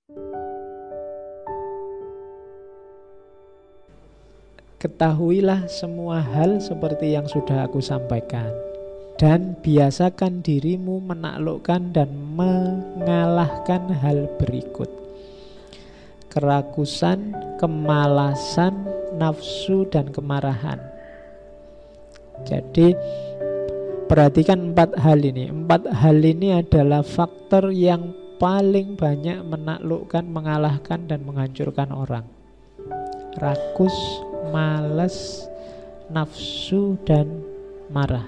Ketahuilah semua hal seperti yang sudah aku sampaikan, dan biasakan dirimu menaklukkan dan mengalahkan hal berikut: kerakusan, kemalasan, nafsu, dan kemarahan. Jadi perhatikan 4 hal ini. 4 hal ini adalah faktor yang paling banyak menaklukkan, mengalahkan, dan menghancurkan orang. Rakus, malas, nafsu, dan marah.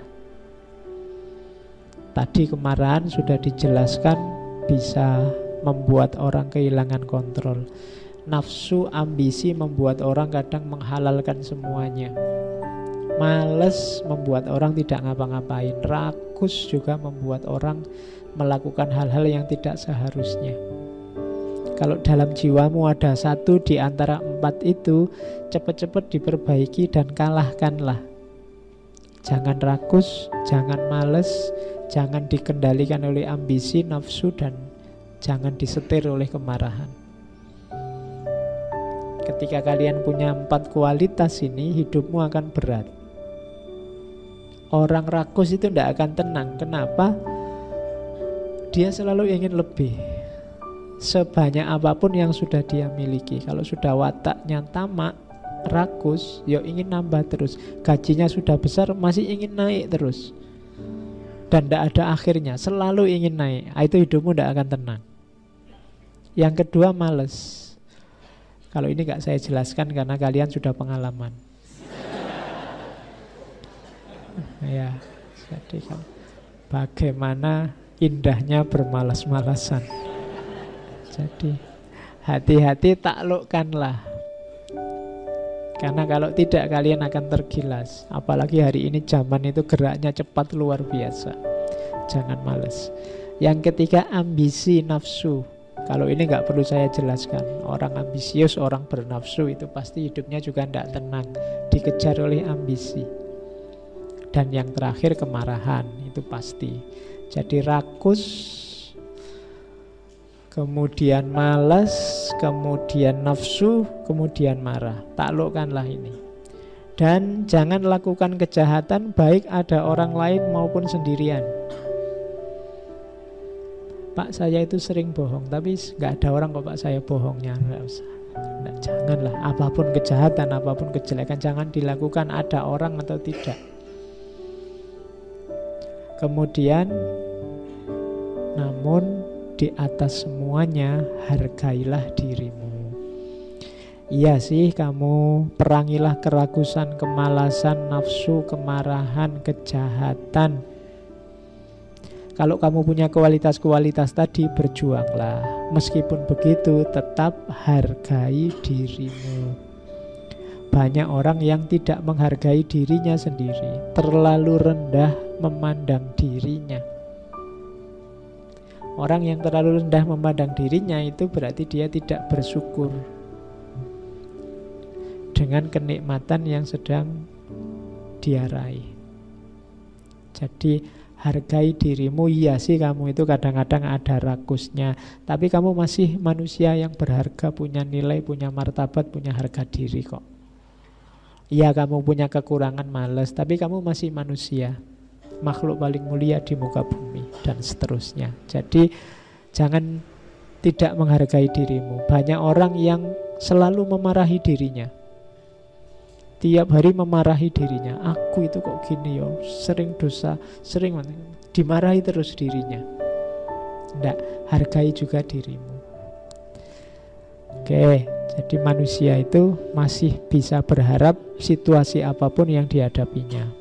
Tadi kemarahan sudah dijelaskan bisa membuat orang kehilangan kontrol. Nafsu, ambisi membuat orang kadang menghalalkan semuanya. Malas membuat orang tidak ngapa-ngapain. Rakus juga membuat orang melakukan hal-hal yang tidak seharusnya. Kalau dalam jiwamu ada satu di antara 4 itu, cepat-cepat diperbaiki dan kalahkanlah. Jangan rakus, jangan males, jangan dikendalikan oleh ambisi, nafsu, dan jangan disetir oleh kemarahan. Ketika kalian punya 4 kualitas ini, hidupmu akan berat. Orang rakus itu tidak akan tenang. Kenapa? Dia selalu ingin lebih. Sebanyak apapun yang sudah dia miliki. Kalau sudah wataknya tamak, rakus, ya ingin nambah terus. Gajinya sudah besar, masih ingin naik terus. Dan tidak ada akhirnya, selalu ingin naik. Itu hidupmu tidak akan tenang. Yang kedua, malas. Kalau ini gak saya jelaskan karena kalian sudah pengalaman. Ya, jadi bagaimana indahnya bermalas-malasan. Jadi hati-hati, taklukkanlah. Karena kalau tidak kalian akan tergilas. Apalagi hari ini zaman itu geraknya cepat luar biasa. Jangan malas. Yang ketiga, ambisi, nafsu. Kalau ini nggak perlu saya jelaskan. Orang ambisius, orang bernafsu itu pasti hidupnya juga tidak tenang. Dikejar oleh ambisi. Dan yang terakhir, kemarahan. Itu pasti. Jadi rakus, kemudian malas, kemudian nafsu, kemudian marah. Taklukkanlah ini. Dan jangan lakukan kejahatan baik ada orang lain maupun sendirian. Pak, saya itu sering bohong, tapi gak ada orang kok Pak saya bohongnya. Gak usah. Nah, janganlah, apapun kejahatan, apapun kejelekan, jangan dilakukan ada orang atau tidak. Kemudian, namun di atas semuanya, hargailah dirimu. Iya sih, kamu perangilah kerakusan, kemalasan, nafsu, kemarahan, kejahatan. Kalau kamu punya kualitas-kualitas tadi, berjuanglah. Meskipun begitu, tetap hargai dirimu. Banyak orang yang tidak menghargai dirinya sendiri, terlalu rendah memandang dirinya. Orang yang terlalu rendah memandang dirinya itu berarti dia tidak bersyukur dengan kenikmatan yang sedang dia raih. Jadi hargai dirimu. Iya sih, kamu itu kadang-kadang ada rakusnya, tapi kamu masih manusia yang berharga, punya nilai, punya martabat, punya harga diri kok. Iya, kamu punya kekurangan, malas, tapi kamu masih manusia, makhluk paling mulia di muka bumi, dan seterusnya. Jadi jangan tidak menghargai dirimu. Banyak orang yang selalu memarahi dirinya, tiap hari memarahi dirinya. Aku itu kok gini ya, sering dosa, sering dimarahi terus dirinya. Tidak, hargai juga dirimu. Oke, jadi manusia itu masih bisa berharap situasi apapun yang dihadapinya.